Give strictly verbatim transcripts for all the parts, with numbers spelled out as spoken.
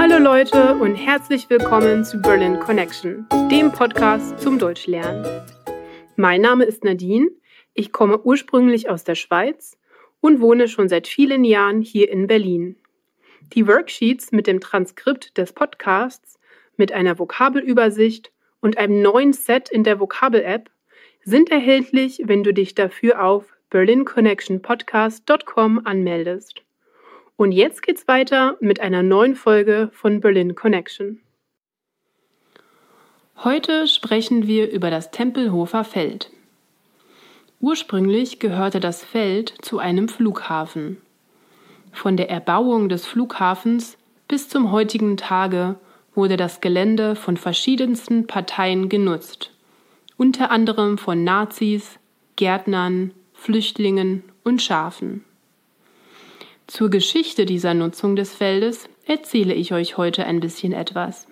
Hallo Leute und herzlich willkommen zu Berlin Connection, dem Podcast zum Deutschlernen. Mein Name ist Nadine, ich komme ursprünglich aus der Schweiz und wohne schon seit vielen Jahren hier in Berlin. Die Worksheets mit dem Transkript des Podcasts, mit einer Vokabelübersicht und einem neuen Set in der Vokabel-App sind erhältlich, wenn du dich dafür auf berlin connection podcast dot com anmeldest. Und jetzt geht's weiter mit einer neuen Folge von Berlin Connection. Heute sprechen wir über das Tempelhofer Feld. Ursprünglich gehörte das Feld zu einem Flughafen. Von der Erbauung des Flughafens bis zum heutigen Tage wurde das Gelände von verschiedensten Parteien genutzt, unter anderem von Nazis, Gärtnern, Flüchtlingen und Schafen. Zur Geschichte dieser Nutzung des Feldes erzähle ich euch heute ein bisschen etwas.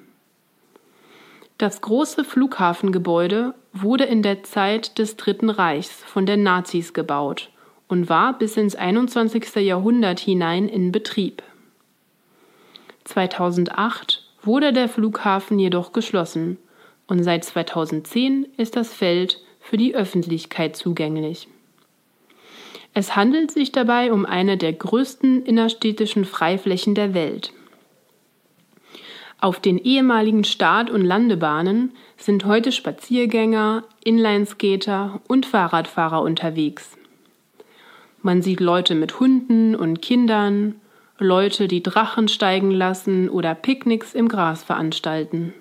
Das große Flughafengebäude wurde in der Zeit des Dritten Reichs von den Nazis gebaut und war bis ins einundzwanzigste Jahrhundert hinein in Betrieb. zweitausendacht wurde der Flughafen jedoch geschlossen und seit zweitausendzehn ist das Feld für die Öffentlichkeit zugänglich. Es handelt sich dabei um eine der größten innerstädtischen Freiflächen der Welt. Auf den ehemaligen Start- und Landebahnen sind heute Spaziergänger, Inlineskater und Fahrradfahrer unterwegs. Man sieht Leute mit Hunden und Kindern, Leute, die Drachen steigen lassen oder Picknicks im Gras veranstalten.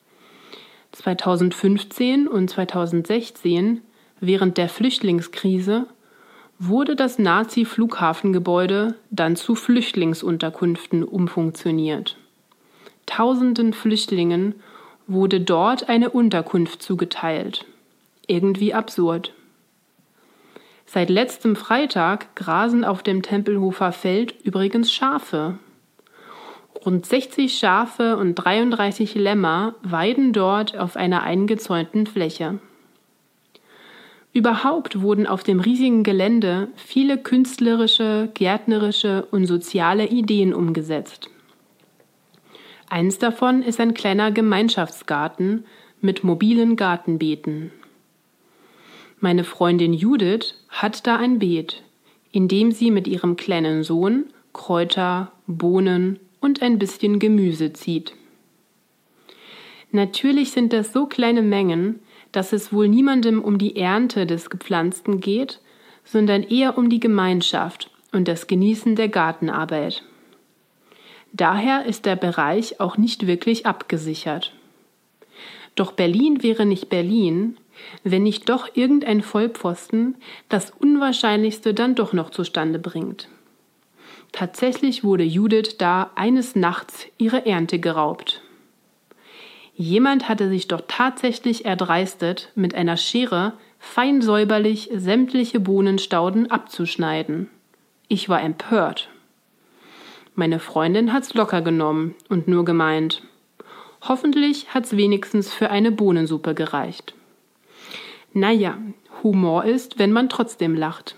zweitausendfünfzehn und zweitausendsechzehn, während der Flüchtlingskrise, wurde das Nazi-Flughafengebäude dann zu Flüchtlingsunterkünften umfunktioniert. Tausenden Flüchtlingen wurde dort eine Unterkunft zugeteilt. Irgendwie absurd. Seit letztem Freitag grasen auf dem Tempelhofer Feld übrigens Schafe. Rund sechzig Schafe und dreiunddreißig Lämmer weiden dort auf einer eingezäunten Fläche. Überhaupt wurden auf dem riesigen Gelände viele künstlerische, gärtnerische und soziale Ideen umgesetzt. Eins davon ist ein kleiner Gemeinschaftsgarten mit mobilen Gartenbeeten. Meine Freundin Judith hat da ein Beet, in dem sie mit ihrem kleinen Sohn Kräuter, Bohnen und ein bisschen Gemüse zieht. Natürlich sind das so kleine Mengen, dass es wohl niemandem um die Ernte des Gepflanzten geht, sondern eher um die Gemeinschaft und das Genießen der Gartenarbeit. Daher ist der Bereich auch nicht wirklich abgesichert. Doch Berlin wäre nicht Berlin, wenn nicht doch irgendein Vollpfosten das Unwahrscheinlichste dann doch noch zustande bringt. Tatsächlich wurde Judith da eines Nachts ihre Ernte geraubt. Jemand hatte sich doch tatsächlich erdreistet, mit einer Schere fein säuberlich sämtliche Bohnenstauden abzuschneiden. Ich war empört. Meine Freundin hat's locker genommen und nur gemeint, hoffentlich hat's wenigstens für eine Bohnensuppe gereicht. Naja, Humor ist, wenn man trotzdem lacht.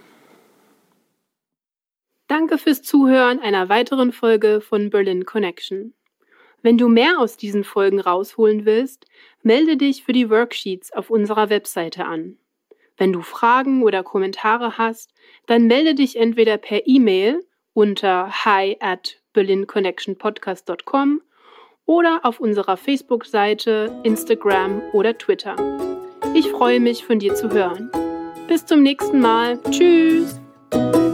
Danke fürs Zuhören einer weiteren Folge von Berlin Connection. Wenn du mehr aus diesen Folgen rausholen willst, melde dich für die Worksheets auf unserer Webseite an. Wenn du Fragen oder Kommentare hast, dann melde dich entweder per E-Mail unter hi at berlin connection podcast dot com oder auf unserer Facebook-Seite, Instagram oder Twitter. Ich freue mich, von dir zu hören. Bis zum nächsten Mal. Tschüss!